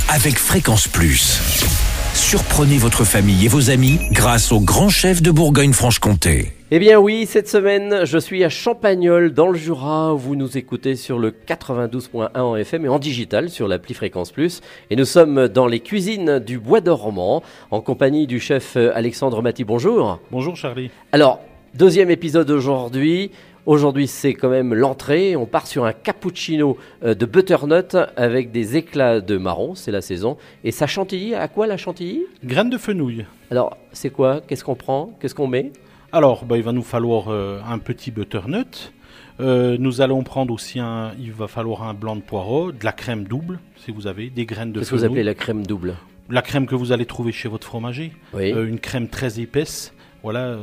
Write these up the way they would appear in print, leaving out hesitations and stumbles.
avec Fréquence Plus. Surprenez votre famille et vos amis grâce au grand chef de Bourgogne-Franche-Comté. Eh bien oui, cette semaine, je suis à Champagnole, dans le Jura, où vous nous écoutez sur le 92.1 en FM et en digital sur l'appli Fréquence Plus. Et nous sommes dans les cuisines du Bois dormant, en compagnie du chef Alexandre Maty. Bonjour. Bonjour Charlie. Alors, deuxième épisode aujourd'hui. Aujourd'hui, c'est quand même l'entrée. On part sur un cappuccino de butternut avec des éclats de marron, c'est la saison. Et ça chantilly, à quoi la chantilly ? Graines de fenouil. Alors, c'est quoi ? Qu'est-ce qu'on prend ? Qu'est-ce qu'on met ? Alors, il va nous falloir un petit butternut. Nous allons prendre aussi il va falloir un blanc de poireau, de la crème double, si vous avez, des graines de fenouil. Qu'est-ce que vous appelez la crème double ? La crème que vous allez trouver chez votre fromager. Oui. Une crème très épaisse. Voilà,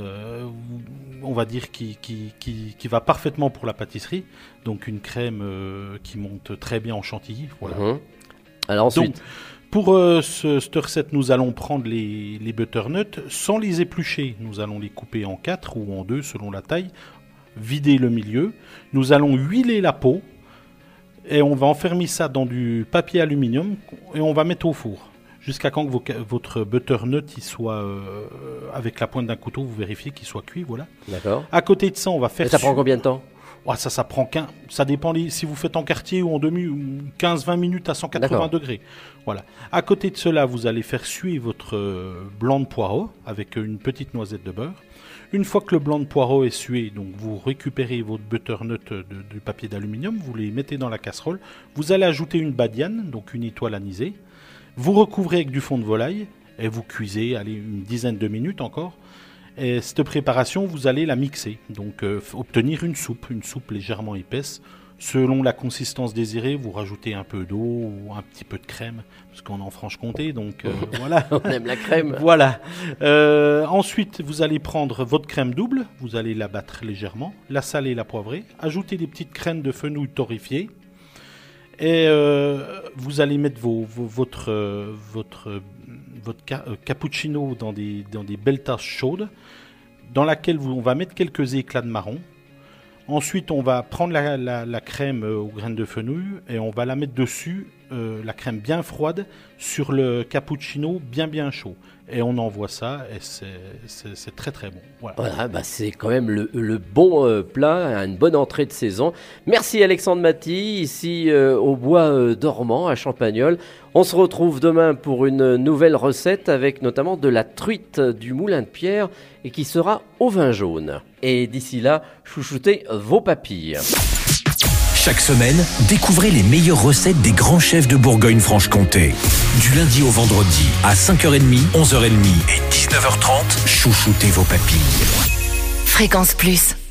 on va dire qui va parfaitement pour la pâtisserie. Donc une crème qui monte très bien en chantilly. Voilà. Alors ensuite. Donc, pour cette recette, nous allons prendre les butternuts sans les éplucher. Nous allons les couper en 4 ou en 2 selon la taille. Vider le milieu. Nous allons huiler la peau. Et on va enfermer ça dans du papier aluminium. Et on va mettre au four. Jusqu'à quand que votre butternut il soit avec la pointe d'un couteau, vous vérifiez qu'il soit cuit, voilà. D'accord. À côté de ça, on va faire... Et ça prend combien de temps ? Ça prend ça dépend si vous faites en quartier ou en 15-20 minutes à 180 D'accord. degrés. Voilà. À côté de cela, vous allez faire suer votre blanc de poireau avec une petite noisette de beurre. Une fois que le blanc de poireau est sué, donc vous récupérez votre butternut du papier d'aluminium, vous les mettez dans la casserole. Vous allez ajouter une badiane, donc une étoile anisée. Vous recouvrez avec du fond de volaille et vous cuisez une dizaine de minutes encore. Et cette préparation, vous allez la mixer. Donc obtenir une soupe légèrement épaisse. Selon la consistance désirée, vous rajoutez un peu d'eau ou un petit peu de crème, parce qu'on est en Franche-Comté, donc voilà. On aime la crème. Voilà. Ensuite, vous allez prendre votre crème double, vous allez la battre légèrement, la saler, la poivrer, ajouter des petites graines de fenouil torréfiées. Et vous allez mettre votre cappuccino dans des belles tasses chaudes, dans laquelle on va mettre quelques éclats de marron. Ensuite, on va prendre la crème aux graines de fenouil et on va la mettre dessus, la crème bien froide, sur le cappuccino bien chaud. Et on envoie ça et c'est très très bon. Voilà, c'est quand même le bon plat, une bonne entrée de saison. Merci Alexandre Maty, ici au Bois dormant à Champagnole. On se retrouve demain pour une nouvelle recette avec notamment de la truite du Moulin de Pierre et qui sera au vin jaune. Et d'ici là, chouchoutez vos papilles. Chaque semaine, découvrez les meilleures recettes des grands chefs de Bourgogne-Franche-Comté. Du lundi au vendredi, à 5h30, 11h30 et 19h30, chouchoutez vos papilles. Fréquence Plus.